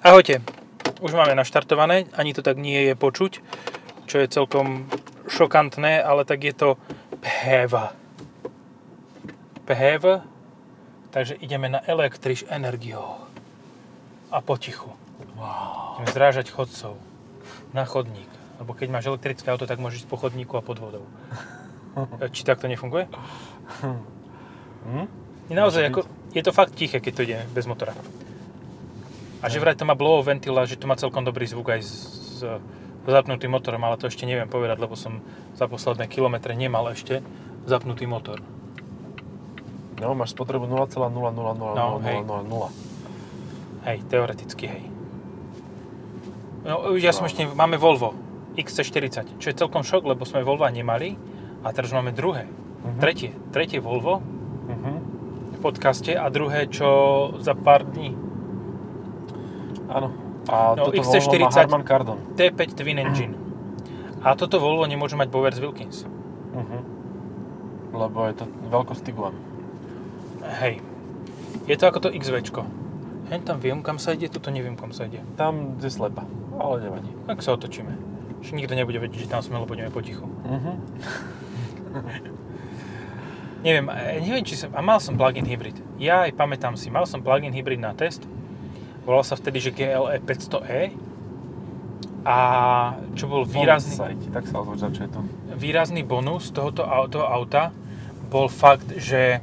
Ahojte, už máme naštartované, ani to tak nie je počuť, čo je celkom šokantné, ale tak je to PHEV. PHEV, takže ideme na elektriš energiu a potichu. Wow. Ideme zrážať chodcov na chodník, lebo keď máš elektrické auto, tak môžeš ísť po chodníku a pod vodou. Či tak to nefunguje? Naozaj, je to fakt tiché, keď to ide bez motora. A že vraj to má blow ventila, že to má celkom dobrý zvuk aj s zapnutým motorom, ale to ešte neviem povedať, lebo som za posledné kilometre nemal ešte zapnutý motor. No, máš spotrebu 0,0000000. No, hej. Hej, teoreticky, hej. No, ja som ešte, máme Volvo XC40, čo je celkom šok, lebo sme Volva nemali a teraz máme druhé. Tretie Volvo v podcaste a druhé, čo za pár dní. Áno. A no, toto XC40 Volvo má Harman Kardon. T5 Twin Engine. A toto Volvo nemôže mať Bowers Wilkins. Lebo je to veľkosť Tiguan. Hej. Je to ako to XVčko. Hen tam viem, kam sa ide, tuto neviem, kam sa ide. Tam je slepa, ale nevadí. Tak sa otočíme. Že nikto nebude vedieť, že tam sme, lebo ideme potichu. Neviem, či som... A mal som plug-in hybrid. Ja aj pamätám si, mal som plug-in hybrid na test. Volal sa vtedy, že GLE 500e. A čo bol výrazný... Tak sa odvoča, čo je to. Výrazný bonus tohoto auta bol fakt, že...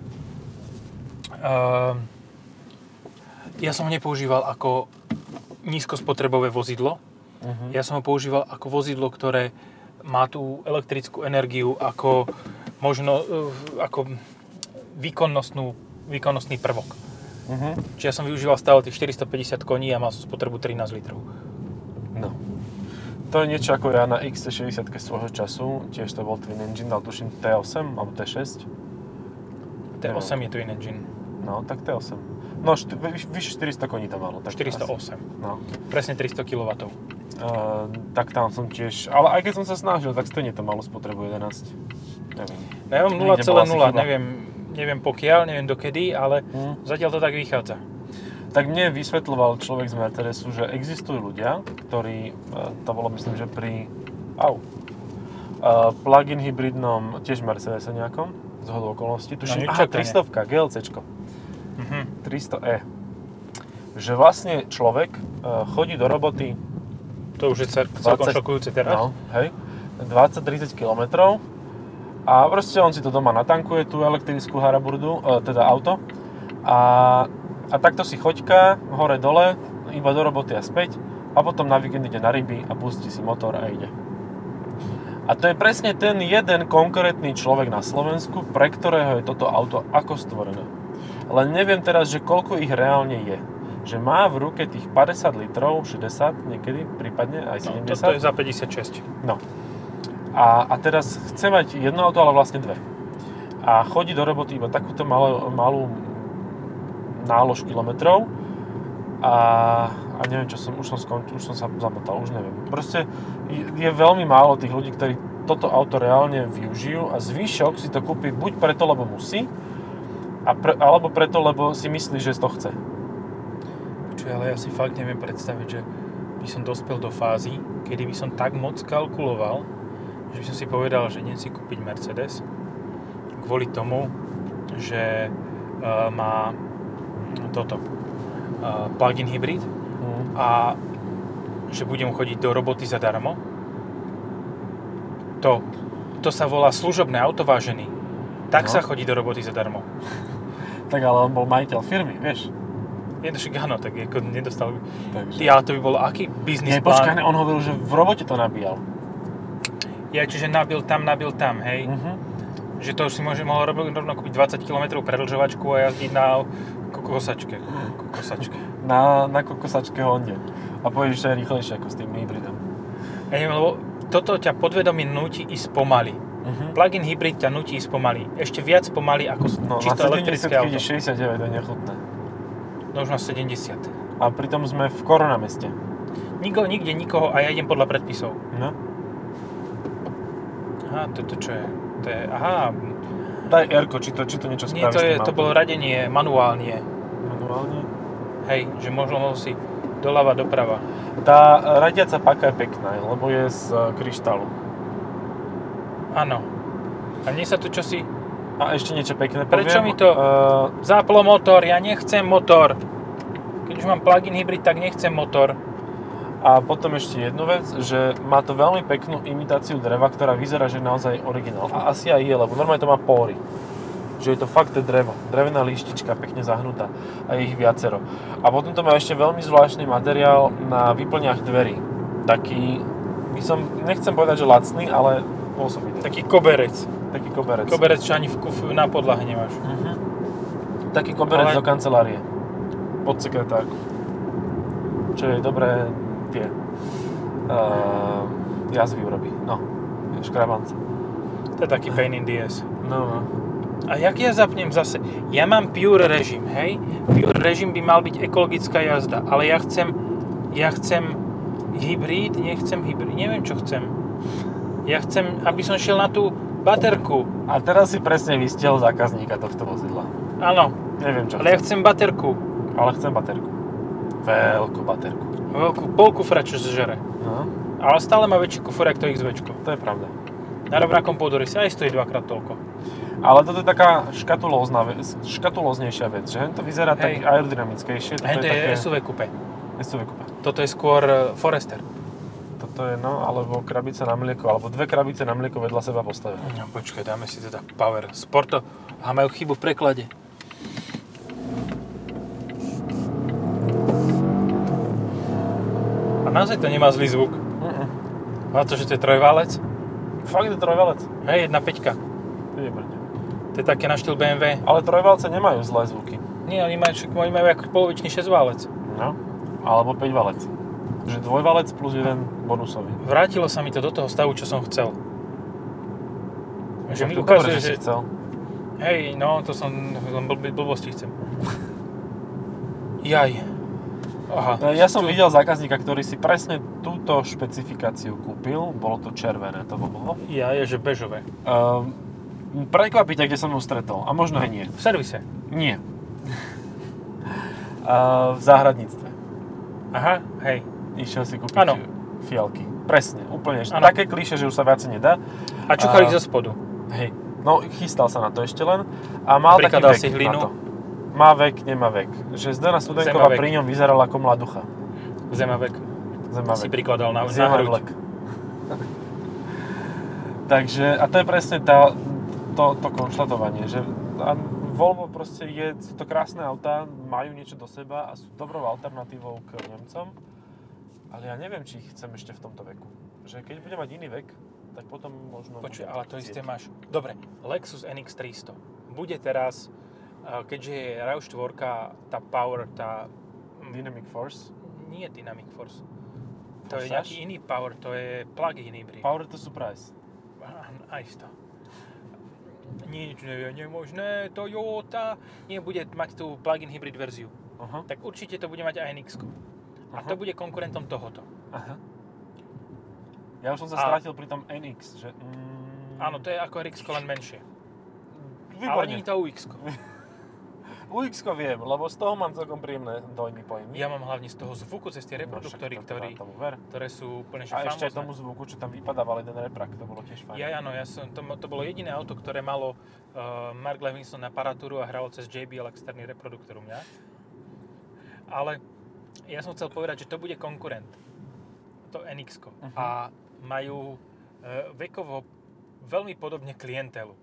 ja som ho nepoužíval ako nízkospotrebové vozidlo. Ja som ho používal ako vozidlo, ktoré má tú elektrickú energiu ako možno ako výkonnostný prvok. Čiže ja som využíval stále tých 450 koní a mal som spotrebu 13 litrov. No. To je niečo ako ja na XC60 svojho času. Tiež to bol Twin Engine, ale tuším T8 alebo T6. T8 je Twin Engine. No, tak T8. No, vyše 400 koní tam malo. Tak 408. Asi. No. Presne 300 kW. Tak tam som tiež... Ale aj keď som sa snažil, tak stejne to malo spotrebu 11. Neviem. No ja mám 0,0. Neviem pokiaľ, neviem dokedy, ale zatiaľ to tak vychádza. Tak mne vysvetľoval človek z Mercedesu, že existujú ľudia, ktorí... To bolo myslím, že pri... plug-in hybridnom, tiež Mercedese nejakom, z hodou okolností. Tuším, 300 GLCčko. 300e. Že vlastne človek chodí do roboty... To už je celkom šokujúce teraz. No, hej. 20-30 km a proste on si to doma natankuje, tú elektrickú haraburdu, teda auto. A takto si choďka, hore-dole, iba do roboty a späť. A potom na víkend ide na ryby a pustí si motor a ide. A to je presne ten jeden konkrétny človek na Slovensku, pre ktorého je toto auto ako stvorené. Len neviem teraz, že koľko ich reálne je. Že má v ruke tých 50 litrov, 60 niekedy, prípadne aj 70. No, toto je za 56. No. A teraz chce mať jedno auto, ale vlastne dve. A chodí do roboty iba takúto malú nálož kilometrov. A neviem, čo som, už som sa zamotal, už neviem. Proste je veľmi málo tých ľudí, ktorí toto auto reálne využijú a zvyšok si to kúpi buď preto, lebo musí, alebo preto, lebo si myslí, že to chce. Počuj, ale ja si fakt neviem predstaviť, že by som dospel do fázy, kedy by som tak moc kalkuloval, že by som si povedal, že idem si kúpiť Mercedes kvôli tomu, že má toto plug-in hybrid a že budem chodiť do roboty zadarmo. To sa volá služobné auto, vážený. Tak sa chodí do roboty zadarmo. Tak ale on bol majiteľ firmy, vieš. Však áno, tak ako nedostal... Takže... ale to by bol aký biznis plán? Počkaj, on hovoril, že v robote to nabíjal. Ja, čiže nabil tam, hej. Že to už si mohol rovno kúpiť 20 km predĺžovačku a jazdiť na kokosačke. Na kokosačke Honde. A pôjdeš aj rýchlejšie ako s tým hybridom. Ja neviem, lebo toto ťa podvedomie núti ísť pomaly. Plug-in hybrid ťa núti ísť pomaly. Ešte viac pomaly ako čisto elektrické auto. Na 70 ide 69, to je nechutné. No už na 70. A pritom sme v koronameste. Nikde nikoho a ja idem podľa predpisov. No. Aha, toto čo je? To je, aha. Daj R-ko, či to niečo spraví. Nie, to bolo radenie manuálne. Manuálne? Hej, že mohol si doľava, doprava. Tá radiaca paka je pekná, lebo je z kryštálu. Áno. A mne sa tu čosi... A ešte niečo pekné poviem. Prečo mi to zaplo motor? Ja nechcem motor. Keď už mám plug-in hybrid, tak nechcem motor. A potom ešte jednu vec, že má to veľmi peknú imitáciu dreva, ktorá vyzerá, že je naozaj originál. A asi aj je, lebo normálne to má póry. Že je to fakt drevo. Drevená líštička, pekne zahnutá. A je ich viacero. A potom to má ešte veľmi zvláštny materiál na výplniach dverí. Taký, nechcem povedať, že lacný, ale pôsobí to. Taký koberec. Taký koberec. Koberec, čo ani na podlahe nemáš. Taký koberec do kancelárie. Pod sekretárku. Čo je dobré tie jazvy urobí. No, škrabance. To je taký pain in the ass. No. A jak ja zapnem zase? Ja mám pure režim, hej? Pure režim by mal byť ekologická jazda, ale ja chcem hybrid, nechcem hybrid, neviem čo chcem. Ja chcem, aby som šiel na tú baterku. A teraz si presne vystihol zákazníka tohto vozidla. Áno. Neviem čo ale ja chcem baterku. Ale chcem baterku. Veľkú baterku. Veľkú polkufra, čo zžere. No. Ale stále má väčší kufor, jak to XVčko. To je pravda. Na rovnakom podore si aj stojí dvakrát toľko. Ale toto je taká škatuloznejšia vec, že to vyzerá tak aerodynamickejšie. Hej, to je také... SUV coupe. SUV coupe. Toto je skôr Forester. Toto je, alebo krabica na mlieko, alebo dve krabice na mlieko vedľa seba postavené. No počkaj, dáme si teda Power Sporto. A majú chybu v preklade. A naozaj to nemá zlý zvuk. A to, že to je trojválec? Fakt je trojvalec? Hej, 1.5. To je také na štýl BMW. Ale trojvalce nemajú zlé zvuky. Nie, oni majú ako polovičný 6-válec. No, alebo 5-valec. Že dvojvalec plus jeden bonusový. Vrátilo sa mi to do toho stavu, čo som chcel. Že mi ukazuje, že si chcel. Hej, no, to som blbosti chcem. Jaj. Aha. Ja som videl zákazníka, ktorý si presne túto špecifikáciu kúpil. Bolo to červené, to bolo. Ja, je, že bežové. Prekvapíte, kde som ho stretol. A možno aj nie. V servise? Nie. V záhradníctve. Aha, hej. Išiel si kúpiť fialky. Presne, úplne. Ano. Také klíše, že už sa viacej nedá. A čuchali zo spodu. Hej. No, chystal sa na to ešte len. A mal taký vek si hlinu. na to. Má vek, nemá vek. Že Zdena Studenková pri ňom vyzerala ako mladucha. Zemavek. Si prikladal na hruď. Takže, a to je presne to konštatovanie, že Volvo proste sú to krásne autá, majú niečo do seba a sú dobrou alternatívou k Nemcom, ale ja neviem, či ich chcem ešte v tomto veku. Že keď budem mať iný vek, tak potom možno... Počuj, ale to isté máš. Dobre, Lexus NX 300 bude teraz, keďže je RAV4, tá Power, tá... Dynamic Force? Nie Dynamic Force. To je nejaký iný Power, to je plug-in hybrid. Power to Surprise. Aj to. Nič nie je nemožné, Toyota nebude mať tú plug-in hybrid verziu. Tak určite to bude mať aj NX-ko. A to bude konkurentom tohoto. Aha. Ja už som sa strátil pri tom NX, že... Áno, to je ako RX-ko, len menšie. Výborne. Ale nie je to UX-ko. UX-ko viem, lebo z toho mám celkom príjemné dojmy. Ja mám hlavne z toho zvuku cez tie reproduktory, ktoré sú úplne famózne. A ešte aj tomu zvuku, čo tam vypadával jeden reprak, to bolo tiež fajn. Áno, to bolo jediné auto, ktoré malo Mark Levinson aparatúru a hralo cez JBL externý reproduktor u mňa. Ale ja som chcel povedať, že to bude konkurent. To NX-ko. A majú vekovo veľmi podobne klientelu.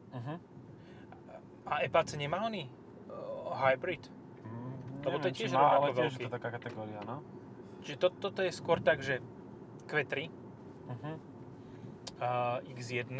A Apache nemá oni hybrid? Lebo to je tiež rovnako veľký. Ale tiež je to taká kategória, no? Čiže toto je skôr tak, že Q3, X1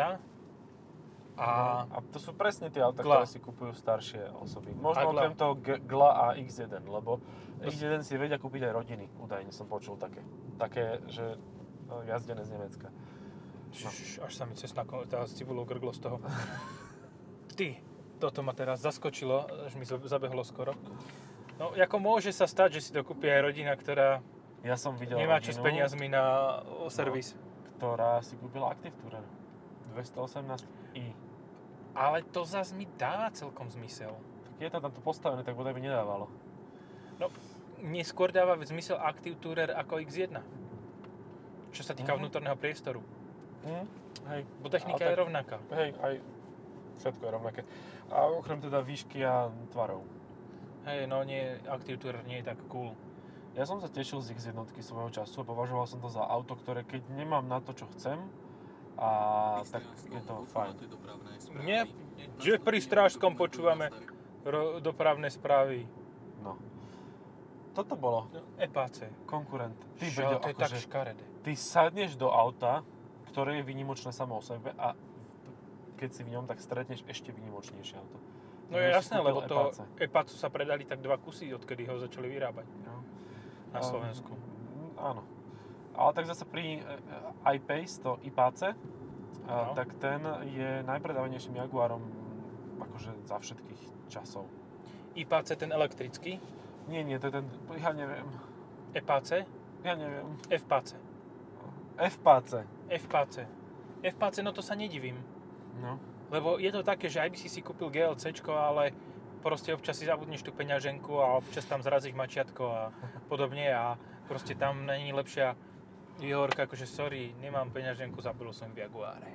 a to sú presne tie autá, ktoré si kupujú staršie osoby. Možno okrem toho GLA a X1, lebo X1 si vedia kúpiť aj rodiny, údajne som počul také. Také, že jazdené z Nemecka. Až sa mi cez cibulou grglo z toho. Ty, toto ma teraz zaskočilo, až mi zabehlo skoro. No, ako môže sa stať, že si to kúpi aj rodina, ktorá nemá čo s peniazmi na servis. Ktorá si kúpila Active Tourer 218i. Ale to zase mi dáva celkom zmysel. Tak je to tam postavené, tak bodaj by nedávalo. No, mne skôr dáva zmysel Active Tourer ako X1. Čo sa týka vnútorného priestoru. Hej. Bo technika je rovnaká. Hej, aj všetko je rovnaké. A okrem teda výšky a tvarov. Hej, no nie, Active Tourer nie je tak cool. Ja som sa tešil z X1 svojho času a považoval som to za auto, ktoré keď nemám na to, čo chcem, a tak je to fajn. Nie, že pri Strážskom počúvame dopravné správy. No. Toto bolo Epáce. konkurent. Ty, Čo, Brďo, to je tak škaredé. ty sadneš do auta, ktoré je výnimočné samo o sebe a keď si v ňom, tak stretneš ešte výnimočnejšie auto. No je jasné, lebo to Epácu sa predali tak 2 kusy, odkedy ho začali vyrábať na Slovensku. Áno. Ale tak zase pri I-Pace, to I-Pace, tak ten je najpredávanejším Jaguarom akože za všetkých časov. I-Pace, ten elektrický? Nie, to je ten, ja neviem. E-Pace? Ja neviem. F-Pace. F-Pace. F-Pace. F-Pace, no to sa nedivím. No. Lebo je to také, že aj by si kúpil GLCčko, ale proste občas si zabudneš tú peňaženku a občas tam zrazíš mačiatko a podobne a proste tam není lepšia výhovorka, akože sorry, nemám peňaženku, zabil som v Jaguáre.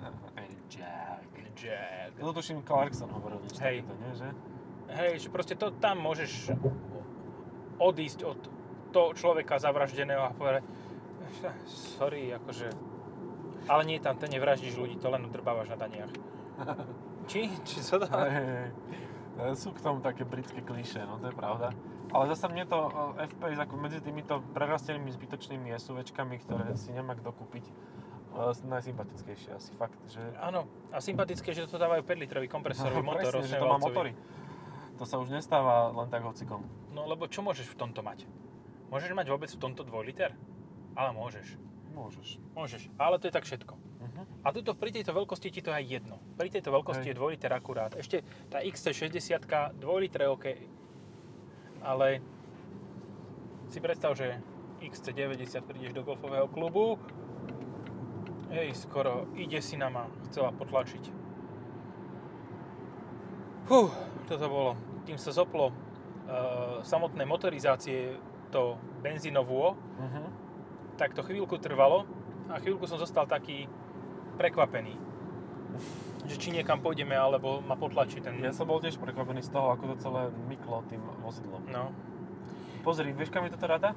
Jack. To tuším Clarkson hovoril niečo takéto, nie, že? Hej, že proste to tam môžeš odísť od toho človeka zavraždeného a povedať sorry, akože ale nie tam, ten nevraždíš ľudí, to len udrbávaš na daniach. Či sa dá? Hej. Sú k tomu také britské klišé, no to je pravda. Ale zase mne to F-Pace ako medzi týmito prerastenými zbytočnými SUVčkami, ktoré si nemá kto kúpiť, najsympatickejšie asi fakt, že... Áno, a sympatické, že to dávajú 5-litrový kompresorový motor. Presne, že to má motory. To sa už nestáva len tak hocikom. No lebo čo môžeš v tomto mať? Môžeš mať vôbec v tomto 2 liter? Ale môžeš. Môžeš, ale to je tak všetko. A tuto pri tejto veľkosti ti to aj jedno. Pri tejto veľkosti je 2 liter akurát. Ešte tá XC60 2 litre je OK. Ale si predstav, že XC90 prídeš do golfového klubu. Hej, skoro ide si na ma, chcela potlačiť. Toto bolo. Tým sa zoplo samotné motorizácie to benzínovo. Tak to chvíľku trvalo a chvíľku som zostal taký prekvapený, že či niekam pôjdeme, alebo ma potlačí ten... Ja som bol tiež prekvapený z toho, ako to celé myklo tým vozidlom. No. Pozri, vieš, kam je toto rada?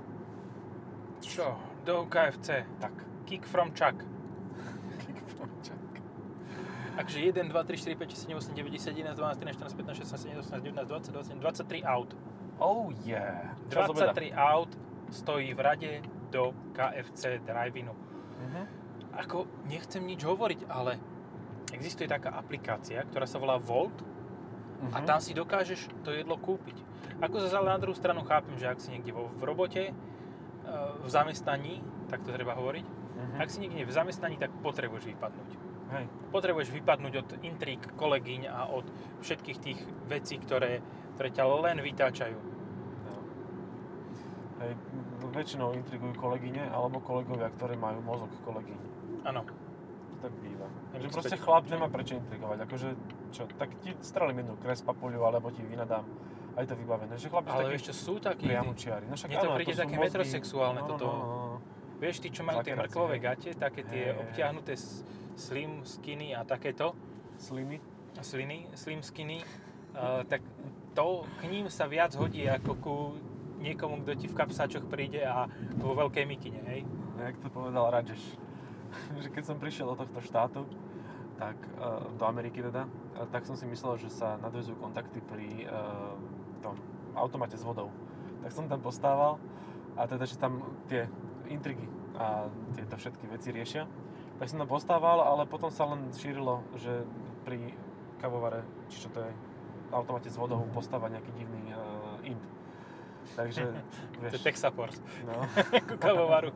Čo? Do KFC. Tak. Kick from Chuck. Kick from Chuck. Takže 1, 2, 3, 4, 5, 6, 7, 8, 9, 10, 11, 12, 13, 14, 15, 16, 17, 18, 19, 20, 23 aut. Oh yeah. 23 aut stojí v rade do KFC drive-inu. Ako, nechcem nič hovoriť, ale existuje taká aplikácia, ktorá sa volá Volt a tam si dokážeš to jedlo kúpiť. Ako zase ale na druhú stranu chápem, že ak si niekde v robote, v zamestnaní, tak to treba hovoriť, ak si niekde v zamestnaní, tak potrebuješ vypadnúť. Hej. Potrebuješ vypadnúť od intrík kolegyň a od všetkých tých vecí, ktoré ťa len vytáčajú. No. Hej, väčšinou intrigujú kolegyne alebo kolegovia, ktorí majú mozog kolegyň. Áno. To tak býva. Že proste chlap nemá prečo intrigovať. Akože, čo, tak ti strelím jednu kres papuľu, alebo ti vynadám. Aj to vybavené. Že chlap ale vieš čo, sú takí... priamočiari. No však mne to príde také metrosexuálne toto. No. Vieš, tí, čo majú tie mrkvové gate, také tie obtiahnuté slim skinny a takéto. Slimy, slim skinny. Tak to k ním sa viac hodí ako ku niekomu, kto ti v kapsáčoch príde a vo veľkej mikine, hej? Jak to povedal Rajesh. Že keď som prišiel do tohto štátu, tak do Ameriky teda, tak som si myslel, že sa nadväzujú kontakty pri tom automate s vodou. Tak som tam postával a teda, že tam tie intrigy a tieto všetky veci riešia. Tak som tam postával, ale potom sa len šírilo, že pri kavovare, či čo to je, automate s vodou postáva nejaký divný int. Takže, vieš... To je tech support. No. Ku kavovaru.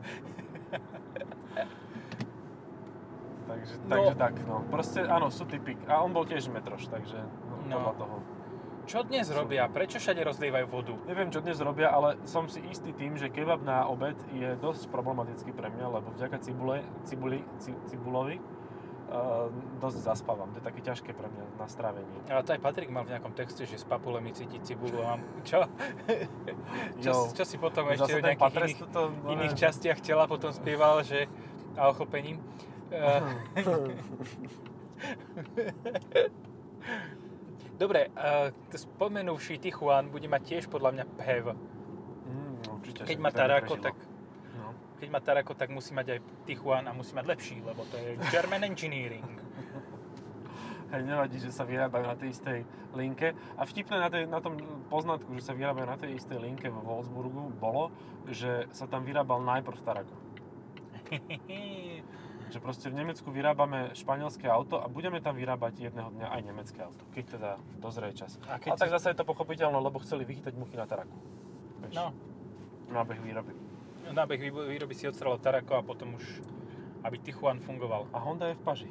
Takže tak, no. Proste, áno, sú typy. A on bol tiež metroš, takže podľa toho. Čo dnes robia? Prečo všade rozlievajú vodu? Neviem, čo dnes robia, ale som si istý tým, že kebab na obed je dosť problematický pre mňa, lebo vďaka cibulovi dosť zaspávam. To je také ťažké pre mňa na strávenie. Ale to aj Patrik mal v nejakom texte, že s papulemi cítiť cibulu a mám... Čo? Čo si potom ešte o nejakých iných častiach tela potom spieval, že... A ochlopením. Dobre, spomenúvši Tichuan bude mať tiež podľa mňa PHEV. Určite. Keď má Tarako, tak musí mať aj Tichuan a musí mať lepší, lebo to je German Engineering. Hej, nevadí, že sa vyrábajú na tej istej linke. A vtipné na tom poznatku, že sa vyrábajú na tej istej linke vo Wolfsburgu, bolo, že sa tam vyrábal najprv Tarako. Že proste v Nemecku vyrábame španielské auto a budeme tam vyrábať jedného dňa aj nemecké auto, keď teda dozrie čas. A tak zase je to pochopiteľné, lebo chceli vychytať muchy na Taraku. No. Nábeh výroby. Nábeh výroby si odstrelil Tarako a potom už, aby Tichuan fungoval. A Honda je v Paži.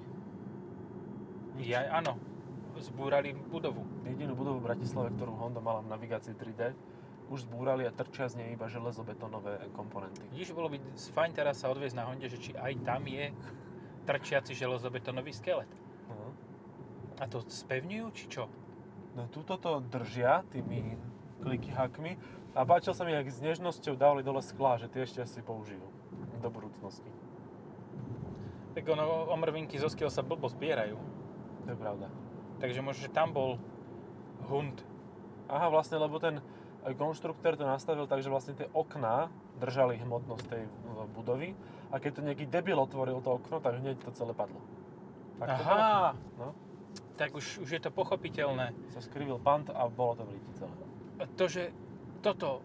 Áno. Zbúrali budovu. Jedinú budovu v Bratislave, ktorú Honda mala v navigácii 3D, už zbúrali a trčia z nej iba železobetónové komponenty. Vidíš, bolo by fajn teraz sa odviesť na Honde, že či aj tam je trčiaci železobetónový skelet. A to spevňujú, či čo? No túto to držia tými kliky-hakmi a páčil sa mi, jak s nežnosťou dávali dole sklá, že tie ešte asi použijú do budúcnosti. Tak omrvinky zo skiel sa blbo zbierajú. To je pravda. Takže možno, že tam bol Hund. Aha, vlastne, lebo ten konštruktor to nastavil tak, že vlastne tie okná držali hmotnosť tej budovy a keď to nejaký debil otvoril to okno, tak hneď to celé padlo. Tak aha! No. Tak už je to pochopiteľné. Sa skrivil pant a bolo to v líti celé. To, že toto,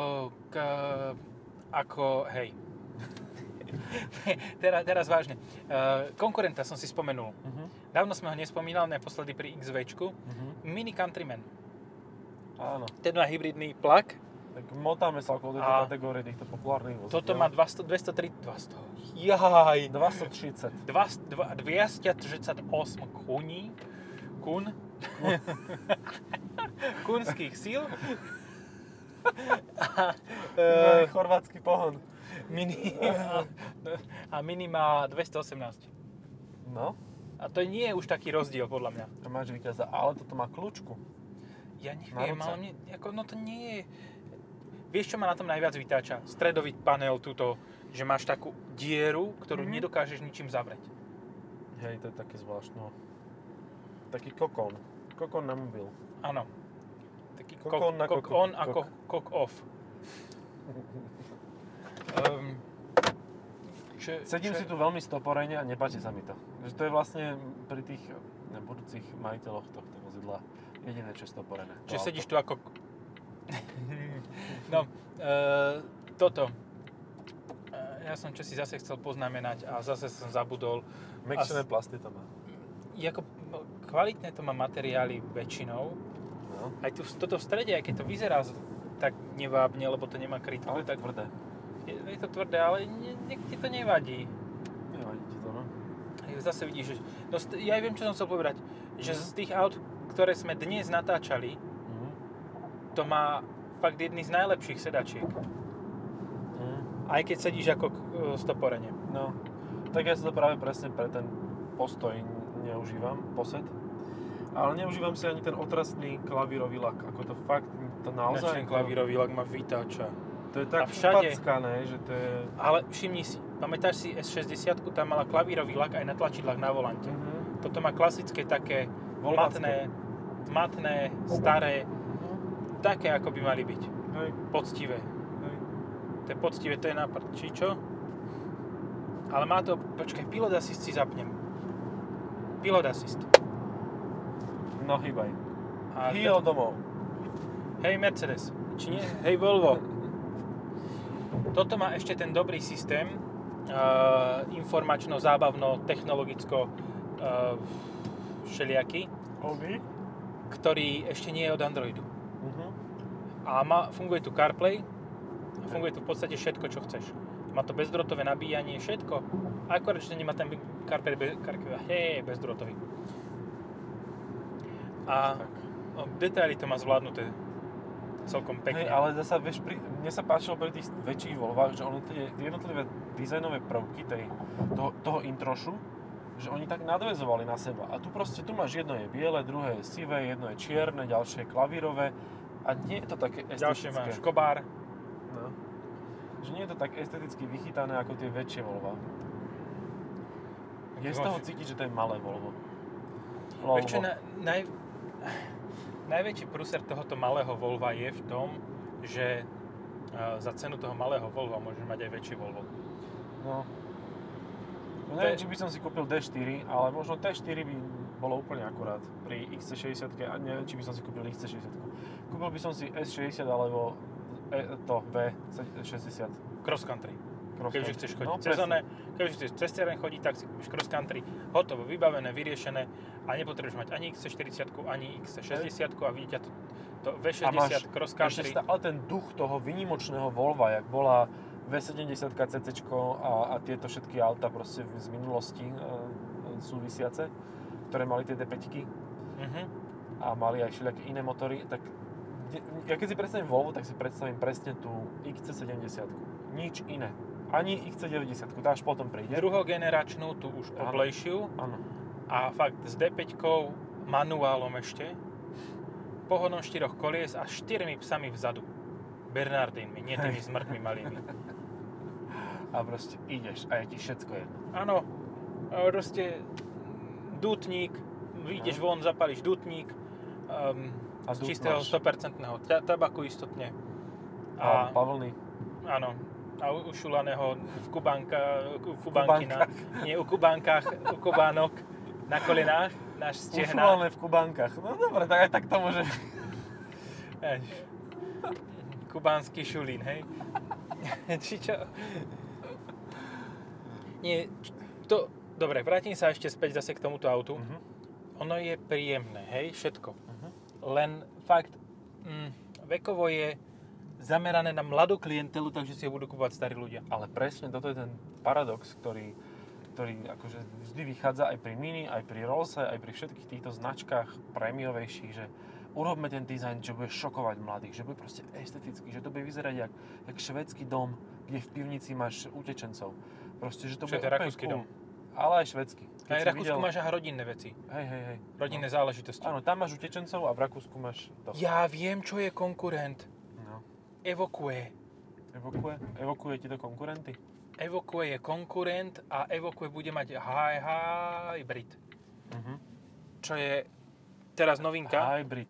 ako, hej. teraz vážne. Konkurenta som si spomenul. Dávno sme ho nespomínali, naposledy pri XVčku. Mini Countryman. Áno. Ten má hybridný plug. Tak motáme sa okolo tejto kategórie týchto populárnych vozidel. Toto má 238 koní. Kunských síl. Chorvátsky pohon. A Mini má 218. No. A to nie je už taký rozdiel, podľa mňa. To máš víťaza, ale toto má kľúčku. Ja neviem, ale to nie je... Vieš, čo ma na tom najviac vytáča? Stredový panel túto, že máš takú dieru, ktorú nedokážeš ničím zavrieť. Hej, to je také zvláštne. Taký kokón. Kokón na mobil. Áno. Taký kokón na kok on a kok off. Sedím si tu veľmi stoporene a nepáči sa mi to. To je vlastne pri tých budúcich majiteľoch tohto vozidla jediné, čo je stoporené. Čiže sedíš tu ako... No, toto. Ja som čo si zase chcel poznamenať a zase som zabudol. Mekčené plasty to má. Kvalitné to má materiály väčšinou. No. Aj toto v strede, aj keď to vyzerá tak nevábne, lebo to nemá krytku. Ale tak tvrdé. Je to tvrdé, ale ti to nevadí. Nevadí ti to, no. Zase vidíš, že... No, ja viem, čo som chcel povedať. Že z tých aut, ktoré sme dnes natáčali, to má fakt jedný z najlepších sedačiek. Aj keď sedíš ako stoporene. No, tak ja sa to práve presne pre ten postoj neužívam, posed. Ale neužívam si ani ten otrasný klavírový lak. Ako to fakt, to naozaj... Ten klavírový lak ma vytáča. To je tak upackané, že to je... Ale všimni si, pamätáš si S60, tam mala klavírový lak aj na tlačidlách na volante. Toto má klasické také matné, staré, také ako by mali byť. Hej. Poctivé. Hej. To je poctivé, to je nápad. Či čo? Ale má to... Počkaj, pilot assist si zapnem. Pilot assist. No hýbaj. Hýho domov. Hej Mercedes. Či nie? Hej Volvo. Toto má ešte ten dobrý systém. Informačno, zábavno, technologicko všelijaký. Ktorý ešte nie je od Androidu. A funguje tu CarPlay. Funguje tu v podstate všetko, čo chceš. Má to bezdrôtové nabíjanie, všetko. Akorát, že nemá ten CarPlay bezdrôtový. A detaily to má zvládnuté celkom pekne. Hej, ale zasa, vieš, mne sa páčilo pri tých väčších Volvách, že ono tie jednotlivé dizajnové prvky toho introšu že oni tak nadväzovali na seba. A tu proste, tu máš jedno je biele, druhé je sivé, jedno je čierne, ďalšie je klavírové. A nie je to také estetické. Ďalšie máš Kobár. No. Že nie je to tak esteticky vychytané ako tie väčšie Volva. Je z toho cítiť, že to je malé Volvo. Vieš čo, najväčší prúser tohoto malého Volva je v tom, že za cenu toho malého Volva môžeš mať aj väčšie Volvo. No neviem, či by som si kúpil D4, ale možno T4 by bolo úplne akurát pri XC60 a neviem, či by som si kúpil XC60. Kúpil by som si S60 alebo to V60. Cross country. Keďže chceš chodiť no, keďže chceš cez terén chodiť, tak si kúpiš cross country, hotovo, vybavené, vyriešené a nepotrebuješ mať ani XC40, ani XC60 a vidíte to V60 cross country. Ešte stále ten duch toho výnimočného Volva, jak bola V70 CC a tieto všetky auta proste z minulosti súvisiace, ktoré mali tie D5 a mali aj všelijaké iné motory, tak ja keď si predstavím Volvo, tak si predstavím presne tú XC70. Nič iné. Ani XC90, tá až potom príde. Druhogeneračnú, tú už oblejšiu. Áno. A fakt s D5 manuálom ešte, pohodom 4 kolies a 4 psami vzadu. Bernardínmi, nie tými smrtmi malými. A proste ideš a je ti všetko jedno. Áno, proste dútnik, vyjdeš von, zapálíš dútnik, z čistého 100% tabaku istotne. A pavlny. Áno. A ušulaného v Kubánkina, nie u Kubánkach, u Kubánok na kolenách, náš stehná. Ušulané v Kubánkach. No dobre, tak aj tak to môže. Kubánsky šulín, hej? Či čo? Nie, to... Dobre, vrátim sa ešte späť zase k tomuto autu. Ono je príjemné, hej, všetko. Len fakt, vekovo je zamerané na mladú klientelu, takže si ho budú kúpať starí ľudia. Ale presne, toto je ten paradox, ktorý akože vždy vychádza aj pri Mini, aj pri Rollse, aj pri všetkých týchto značkách prémiovejších, že urobme ten dizajn, že bude šokovať mladých, že bude proste estetický, že to bude vyzerať jak švédsky dom, kde v pivnici máš utečencov. Proste, že to bude úplne rakúsky dom. Ale aj švédsky. Aj v Rakúsku máš aj rodinné veci. Hej. Rodinné záležitosti. Áno, tam máš utečencov a v Rakúsku máš to. Ja viem, čo je konkurent. Evokue. Evokuje ti to konkurenty? Evokue je konkurent a Evokue bude mať hybrid. Čo je teraz novinka. Hybrid.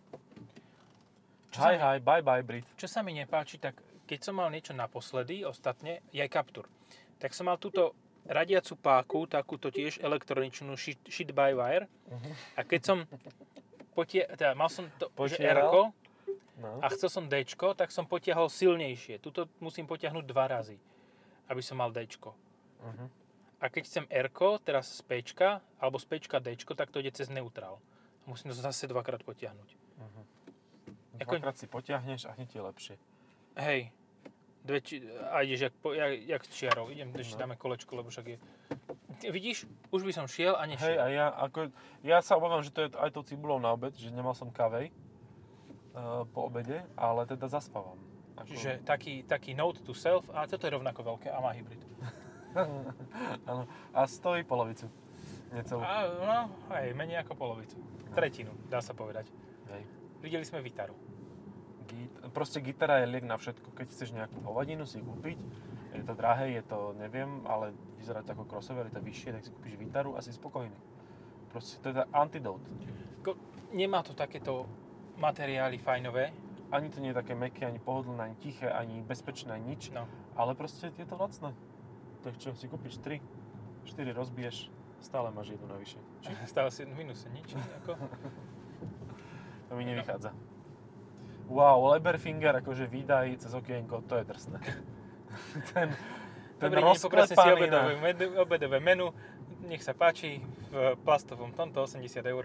Hi, bye, Brit. Čo sa mi nepáči, tak keď som mal niečo naposledy, ostatne, je aj Captur. Tak som mal túto radiacu páku, takúto tiež elektroničnú shit by wire. A keď som mal som to, že R-ko, no. A chcel som D-čko, tak som potiahol silnejšie. Tuto musím potiahnuť 2 razy, aby som mal D-čko. A keď chcem R-ko, teraz z P-čka, alebo z P-čka D-čko, tak to ide cez neutrál. Musím to zase 2-krát potiahnuť. 2-krát si potiahneš a hneď je lepšie. Hej. A ideš jak s čiarou. Idem, ešte dáme kolečko, lebo však je... Vidíš? Už by som šiel a nešiel. Hej, a ja sa obávam, že to je aj tou cibulou na obed, že nemal som kávej po obede, ale teda zaspávam. Čiže taký note to self, a toto je rovnako veľké a má hybrid. Áno. A stojí polovicu. Necelú. No, aj menej ako polovicu. Tretinu, dá sa povedať. Hej. Videli sme Vitaru. Proste gitara je liek na všetko. Keď chceš nejakú hovadinu si kúpiť, je to drahé, je to neviem, ale vyzerá to ako crossover, je to vyššie, tak si kúpiš Vitaru a si spokojný. Proste to je antidote. Nemá to takéto materiály fajnové. Ani to nie je také mäkké, ani pohodlné, ani tiché, ani bezpečné, ani nič. No. Ale proste je to lacné. Tak čo, si kúpiš 3, 4 rozbiješ, stále máš jednu navyše. Stále si v minuse, nič. Ako... To mi nevychádza. Wow, Leberfinger, akože výdaj cez okienko, to je drsné. ten Dobrý deň, poprosím si obedové menu. Nech sa páči, v plastovom tomto 80 €.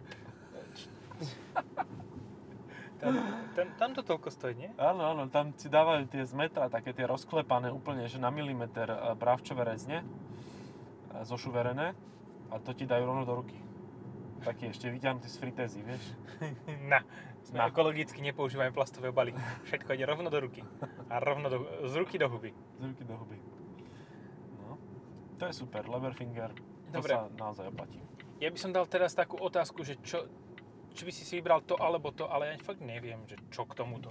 Tam to toľko stojí, nie? Áno, tam si dávajú tie z metra, také tie rozklepané úplne, že na milimeter bravčové rezne, zošuverené, a to ti dajú rovno do ruky. Taký ešte vyťahnutý z fritézy, vieš? Sme ekologicky nepoužívame plastové obaly. Všetko ide rovno do ruky. A rovno z ruky do huby. Z ruky do huby. No, to je super, Leberfinger. Dobre. sa naozaj oplatí. Ja by som dal teraz takú otázku, že či by si vybral to alebo to, ale ja fakt neviem, že čo k tomuto.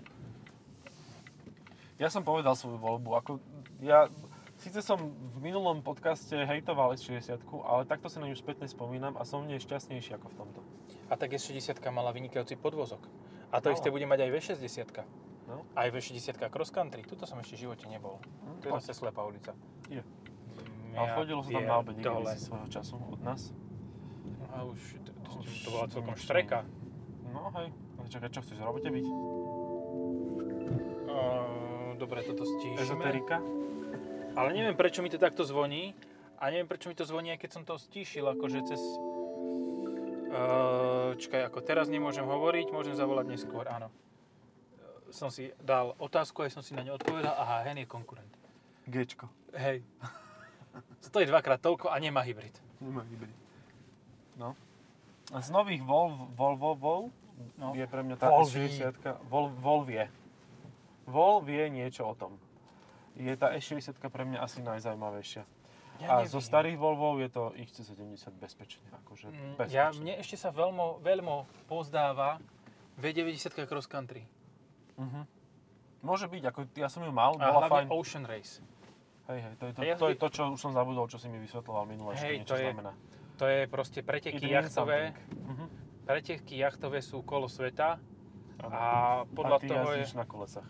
Ja som povedal svoju voľbu. Ja síce som v minulom podcaste hejtoval S60, ale takto sa na ňu spätne spomínam a som v nej šťastnejší ako v tomto. A tak S60 mala vynikajúci podvozok. A to isté bude mať aj V60. No. Aj V60 cross country. Tuto som ešte v živote nebol. To je zase slepá ulica. Je. Ale chodilo sa tam na obed niekedy si svojho času od nás. A už to bola celkom štreka. No hej. Čakaj, čo chceš v robote byť? Dobre, toto stíšime. Ezoterika? Ale neviem, prečo mi to takto zvoní. A neviem, prečo mi to zvoní, aj keď som to stíšil, akože cez... čakaj, ako teraz nemôžem hovoriť, môžem zavolať neskôr, áno. Som si dal otázku, aj som si na ňu odpovedal. Aha, hen je konkurent. Gčko. Hej. Stojí dvakrát toľko a nemá hybrid. Nemá hybrid. No. A z nových Volvo je pre mňa tá S60. Volvie. Volvie niečo o tom. Je tá S60 pre mňa asi najzaujímavejšia. A zo starých Volvov je to XC70 bezpečne. Akože bezpečne. Mne ešte sa veľmi pozdáva V90 cross country. Môže byť, ako ja som ju mal, bola fajn. A hlavne Ocean Race. Hej, to je to, čo už som zabudol, čo si mi vysvetľoval minule, čo niečo znamená. To je proste preteky jachtové. Preteky jachtové sú kolo sveta. A podľa ty toho jazdíš na kolesách.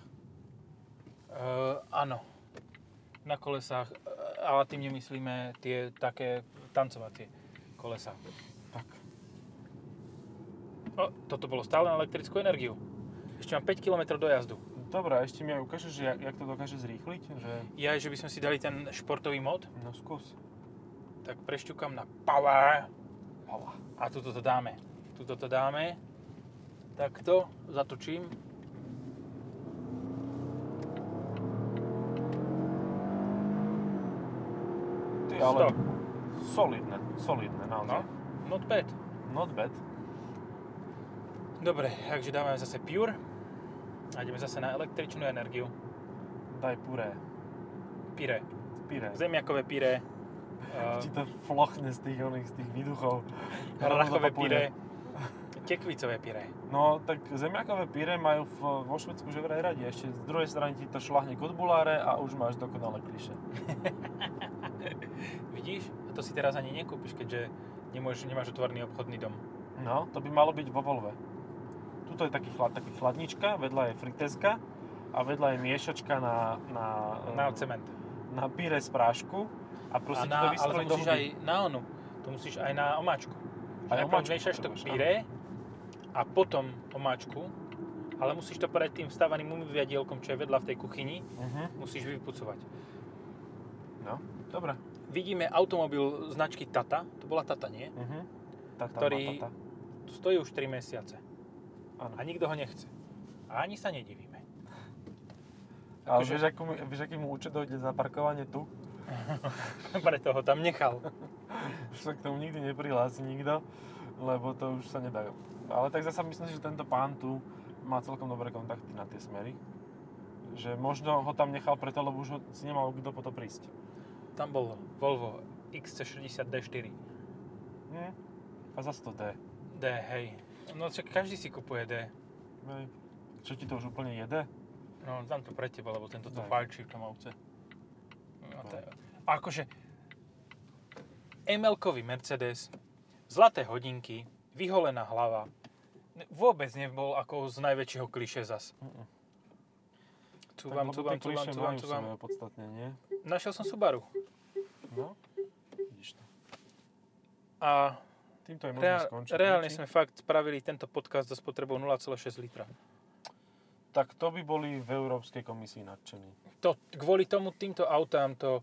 Áno. Na kolesách, ale tým nemyslíme tie také tancovacie kolesá. Tak. Toto bolo stále na elektrickú energiu. Ešte mám 5 km do jazdu. Dobre, ešte mi aj ukážeš, jak to dokáže zrýchliť? Že by sme si dali ten športový mod. No skús. Tak prešťukám na power. A tuto to dáme. Takto, zatočím. Ty, ale solidné, naozaj. No, not bad. Not bad. Dobre, takže dávame zase pure. A ideme zase na električnú energiu. Daj puré. Pire. Pire. Zemiakové pire. Ti to flochne z tých výduchov. Rachové pire. Tekvicové pire. No, tak zemiakové pire majú vo Švédsku že vraj radi. Ešte z druhej strany ti to šľahne k odbuláre a už máš dokonale klišé. Vidíš? A to si teraz ani nekúpiš, keďže nemáš otvorený obchodný dom. No, to by malo byť vo Volve. Tuto je taký chladnička, vedľa je fritezka a vedľa je miešačka na cement. Na pire z prášku a proste ti to vystrelí do huby. Ale to musíš aj na onu. To musíš aj na omáčku. Najprv miešaš to pire a potom omáčku, ale musíš to predtým vstávaným umývadielkom, čo je vedľa v tej kuchyni, musíš vypucovať. No, dobre. Vidíme automobil značky Tata, to bola Tata, nie? Ktorý stojí už 3 mesiace. Ano. A nikto ho nechce. A ani sa nedivíme. Ale vieš, aký mu účet dojde za parkovanie tu? Preto ho tam nechal. Už sa k tomu nikdy neprihlási nikto, lebo to už sa nedá. Ale tak zasa myslím si, že tento pán tu má celkom dobré kontakty na tie smery. Že možno ho tam nechal preto, lebo už si nemal kto po to prísť. Tam bol Volvo XC60 D4. A zase to D. D, hej. No čo, každý si kupuje D. Hej. Čo ti to už úplne jede? No, dám to pre teba, lebo tento to fajčí v tom aute. No, akože ML-kový Mercedes, zlaté hodinky, vyholená hlava, vôbec nebol ako z najväčšieho klišé zas. Cúvam. Podstatne, nie? Našiel som Subaru. No, vidíš to. A týmto je možno skončiť. Reálne sme fakt spravili tento podcast so spotrebou 0,6 litra. Tak to by boli v Európskej komisii nadšení. Kvôli týmto autám to...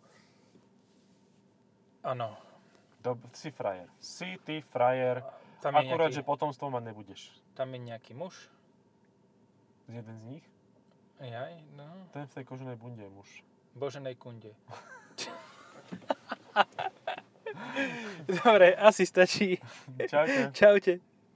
Áno. Si frajer. Si ty frajer. Akurát, že potomstvo mať nebudeš. Tam je nejaký muž. Jeden z nich? Jaj, no. Ten v tej koženej bunde je muž. Boženej kunde. Dobre, asi stačí. Čaute. Čaute.